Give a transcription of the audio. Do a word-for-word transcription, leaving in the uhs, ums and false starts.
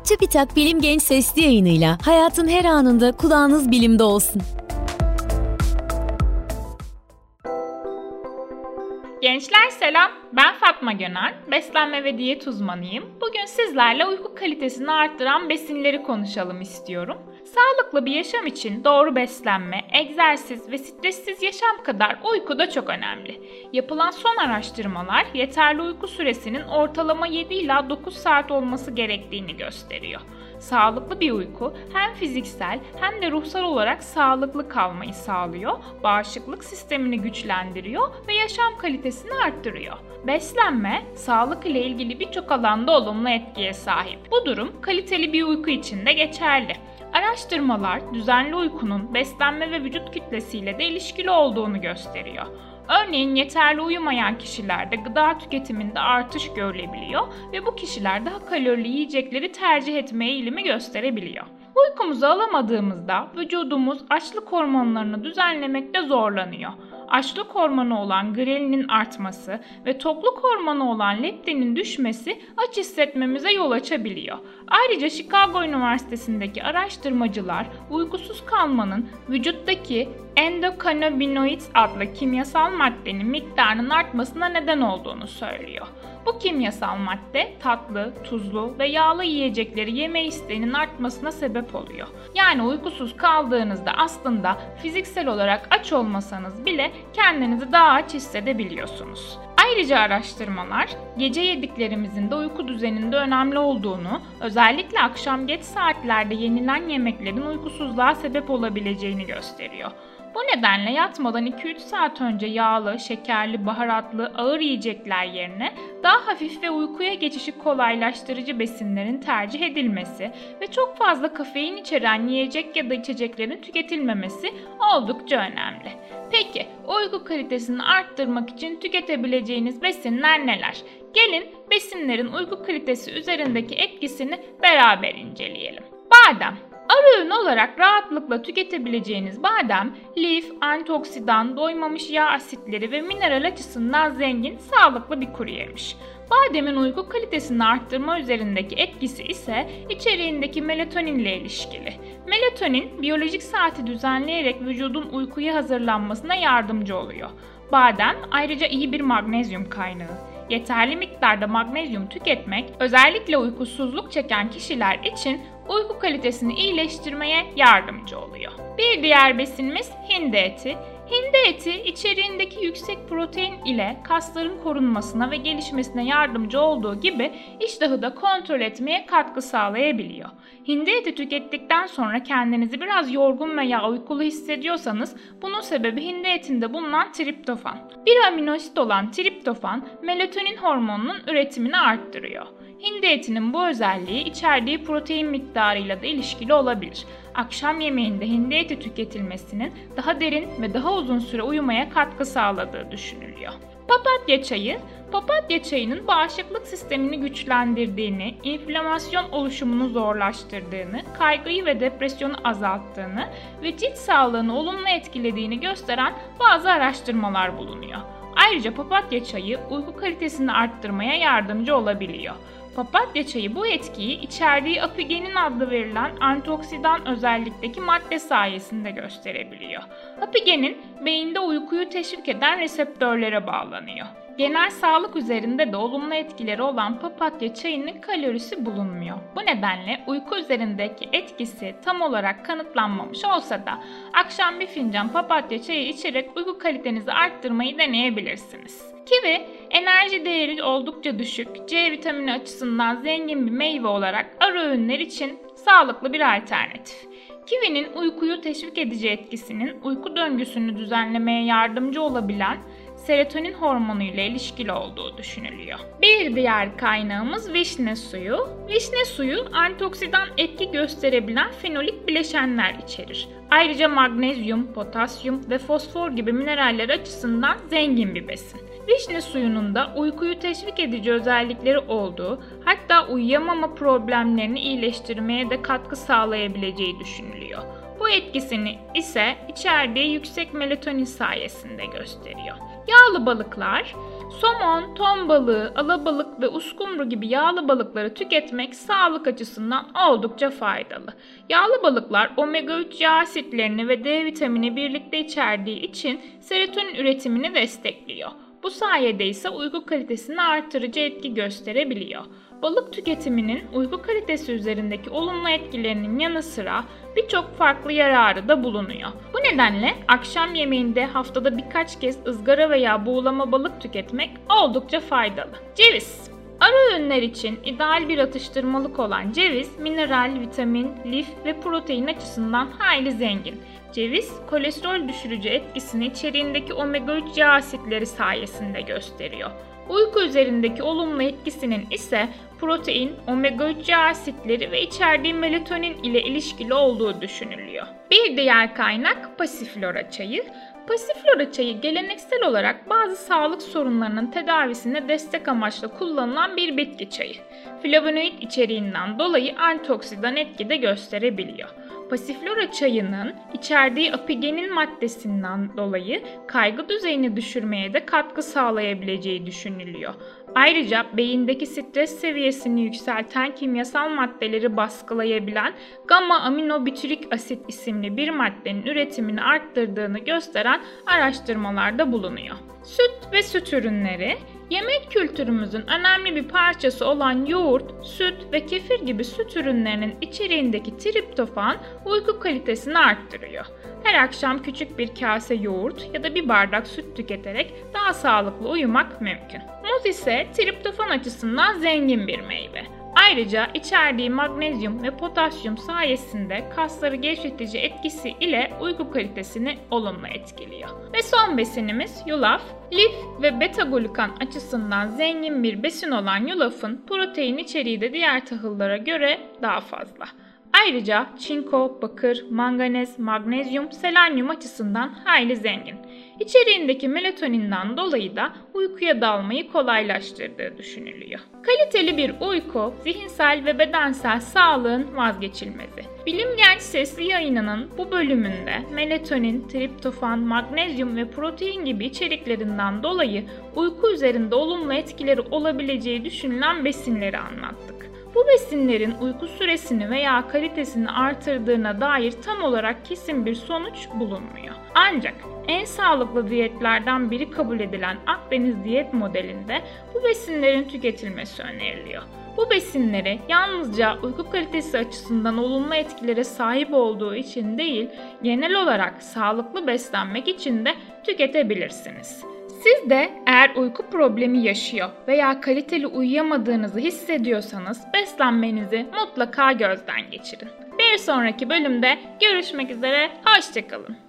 Çubitak Bilim Genç Sesli yayınıyla hayatın her anında kulağınız bilimde olsun. Gençler selam, ben Fatma Gönel, beslenme ve diyet uzmanıyım. Bugün sizlerle uyku kalitesini arttıran besinleri konuşalım istiyorum. Sağlıklı bir yaşam için doğru beslenme, egzersiz ve stressiz yaşam kadar uyku da çok önemli. Yapılan son araştırmalar yeterli uyku süresinin ortalama yedi ila dokuz saat olması gerektiğini gösteriyor. Sağlıklı bir uyku hem fiziksel hem de ruhsal olarak sağlıklı kalmayı sağlıyor, bağışıklık sistemini güçlendiriyor ve yaşam kalitesini arttırıyor. Beslenme, sağlık ile ilgili birçok alanda olumlu etkiye sahip. Bu durum kaliteli bir uyku için de geçerli. Araştırmalar düzenli uykunun beslenme ve vücut kütlesiyle de ilişkili olduğunu gösteriyor. Örneğin yeterli uyumayan kişilerde gıda tüketiminde artış görülebiliyor ve bu kişiler daha kalorili yiyecekleri tercih etme eğilimi gösterebiliyor. Uykumuzu alamadığımızda vücudumuz açlık hormonlarını düzenlemekte zorlanıyor. Açlık hormonu olan grelinin artması ve tokluk hormonu olan leptinin düşmesi aç hissetmemize yol açabiliyor. Ayrıca Chicago Üniversitesi'ndeki araştırmacılar uykusuz kalmanın vücuttaki endokannabinoid adlı kimyasal maddenin miktarının artmasına neden olduğunu söylüyor. Bu kimyasal madde tatlı, tuzlu ve yağlı yiyecekleri yeme isteğinin artmasına sebep oluyor. Yani uykusuz kaldığınızda aslında fiziksel olarak aç olmasanız bile kendinizi daha aç hissedebiliyorsunuz. Ayrıca araştırmalar gece yediklerimizin de uyku düzeninde önemli olduğunu, özellikle akşam geç saatlerde yenilen yemeklerin uykusuzluğa sebep olabileceğini gösteriyor. Bu nedenle yatmadan iki üç saat önce yağlı, şekerli, baharatlı, ağır yiyecekler yerine daha hafif ve uykuya geçişi kolaylaştırıcı besinlerin tercih edilmesi ve çok fazla kafein içeren yiyecek ya da içeceklerin tüketilmemesi oldukça önemli. Peki, uyku kalitesini arttırmak için tüketebileceğiniz besinler neler? Gelin besinlerin uyku kalitesi üzerindeki etkisini beraber inceleyelim. Badem. Ara öğün olarak rahatlıkla tüketebileceğiniz badem, lif, antioksidan, doymamış yağ asitleri ve mineral açısından zengin, sağlıklı bir kuru yemiş. Bademin uyku kalitesini arttırma üzerindeki etkisi ise içeriğindeki melatoninle ilişkili. Melatonin, biyolojik saati düzenleyerek vücudun uykuya hazırlanmasına yardımcı oluyor. Badem ayrıca iyi bir magnezyum kaynağı. Yeterli miktarda magnezyum tüketmek, özellikle uykusuzluk çeken kişiler için uyku kalitesini iyileştirmeye yardımcı oluyor. Bir diğer besinimiz hindi eti. Hindi eti içeriğindeki yüksek protein ile kasların korunmasına ve gelişmesine yardımcı olduğu gibi iştahı da kontrol etmeye katkı sağlayabiliyor. Hindi eti tükettikten sonra kendinizi biraz yorgun veya uykulu hissediyorsanız bunun sebebi hindi etinde bulunan triptofan. Bir aminoasit olan triptofan melatonin hormonunun üretimini arttırıyor. Hindi etinin bu özelliği içerdiği protein miktarıyla da ilişkili olabilir. Akşam yemeğinde hindi eti tüketilmesinin daha derin ve daha uzun süre uyumaya katkı sağladığı düşünülüyor. Papatya çayı, papatya çayının bağışıklık sistemini güçlendirdiğini, inflamasyon oluşumunu zorlaştırdığını, kaygıyı ve depresyonu azalttığını ve cilt sağlığını olumlu etkilediğini gösteren bazı araştırmalar bulunuyor. Ayrıca papatya çayı uyku kalitesini arttırmaya yardımcı olabiliyor. Papatya çayı bu etkiyi içerdiği apigenin adlı verilen antioksidan özellikteki madde sayesinde gösterebiliyor. Apigenin beyinde uykuyu teşvik eden reseptörlere bağlanıyor. Genel sağlık üzerinde de olumlu etkileri olan papatya çayının kalorisi bulunmuyor. Bu nedenle uyku üzerindeki etkisi tam olarak kanıtlanmamış olsa da akşam bir fincan papatya çayı içerek uyku kalitenizi arttırmayı deneyebilirsiniz. Kivi, enerji değeri oldukça düşük, C vitamini açısından zengin bir meyve olarak ara öğünler için sağlıklı bir alternatif. Kivinin uykuyu teşvik edici etkisinin uyku döngüsünü düzenlemeye yardımcı olabilen serotonin hormonu ile ilişkili olduğu düşünülüyor. Bir diğer kaynağımız vişne suyu. Vişne suyu antioksidan etki gösterebilen fenolik bileşenler içerir. Ayrıca magnezyum, potasyum ve fosfor gibi mineraller açısından zengin bir besin. Vişne suyunun da uykuyu teşvik edici özellikleri olduğu, hatta uyuyamama problemlerini iyileştirmeye de katkı sağlayabileceği düşünülüyor. Bu etkisini ise içerdiği yüksek melatonin sayesinde gösteriyor. Yağlı balıklar. Somon, ton balığı, alabalık ve uskumru gibi yağlı balıkları tüketmek sağlık açısından oldukça faydalı. Yağlı balıklar omega üç yağ asitlerini ve D vitamini birlikte içerdiği için serotonin üretimini destekliyor. Bu sayede ise uyku kalitesini artırıcı etki gösterebiliyor. Balık tüketiminin uyku kalitesi üzerindeki olumlu etkilerinin yanı sıra birçok farklı yararı da bulunuyor. Bu nedenle akşam yemeğinde haftada birkaç kez ızgara veya buğulama balık tüketmek oldukça faydalı. Ceviz. Ara öğünler için ideal bir atıştırmalık olan ceviz, mineral, vitamin, lif ve protein açısından hayli zengin. Ceviz, kolesterol düşürücü etkisini içeriğindeki omega üç yağ asitleri sayesinde gösteriyor. Uyku üzerindeki olumlu etkisinin ise protein, omega üç yağ asitleri ve içerdiği melatonin ile ilişkili olduğu düşünülüyor. Bir diğer kaynak pasiflora çayı. Pasiflora çayı geleneksel olarak bazı sağlık sorunlarının tedavisine destek amaçlı kullanılan bir bitki çayı. Flavonoid içeriğinden dolayı antioksidan etki de gösterebiliyor. Pasiflora çayının içerdiği apigenin maddesinden dolayı kaygı düzeyini düşürmeye de katkı sağlayabileceği düşünülüyor. Ayrıca beyindeki stres seviyesini yükselten kimyasal maddeleri baskılayabilen gamma aminobutyrik asit isimli bir maddenin üretimini arttırdığını gösteren araştırmalar da bulunuyor. Süt ve süt ürünleri. Yemek kültürümüzün önemli bir parçası olan yoğurt, süt ve kefir gibi süt ürünlerinin içeriğindeki triptofan uyku kalitesini arttırıyor. Her akşam küçük bir kase yoğurt ya da bir bardak süt tüketerek daha sağlıklı uyumak mümkün. Muz ise triptofan açısından zengin bir meyve. Ayrıca içerdiği magnezyum ve potasyum sayesinde kasları gevşetici etkisi ile uyku kalitesini olumlu etkiliyor. Ve son besinimiz yulaf. Lif ve beta glukan açısından zengin bir besin olan yulafın protein içeriği de diğer tahıllara göre daha fazla. Ayrıca çinko, bakır, manganez, magnezyum, selenyum açısından hayli zengin. İçeriğindeki melatoninden dolayı da uykuya dalmayı kolaylaştırdığı düşünülüyor. Kaliteli bir uyku, zihinsel ve bedensel sağlığın vazgeçilmezi. Bilim Genç Sesli Yayını'nın bu bölümünde melatonin, triptofan, magnezyum ve protein gibi içeriklerinden dolayı uyku üzerinde olumlu etkileri olabileceği düşünülen besinleri anlattık. Bu besinlerin uyku süresini veya kalitesini artırdığına dair tam olarak kesin bir sonuç bulunmuyor. Ancak en sağlıklı diyetlerden biri kabul edilen Akdeniz diyet modelinde bu besinlerin tüketilmesi öneriliyor. Bu besinleri yalnızca uyku kalitesi açısından olumlu etkilere sahip olduğu için değil, genel olarak sağlıklı beslenmek için de tüketebilirsiniz. Siz de eğer uyku problemi yaşıyor veya kaliteli uyuyamadığınızı hissediyorsanız beslenmenizi mutlaka gözden geçirin. Bir sonraki bölümde görüşmek üzere, hoşça kalın.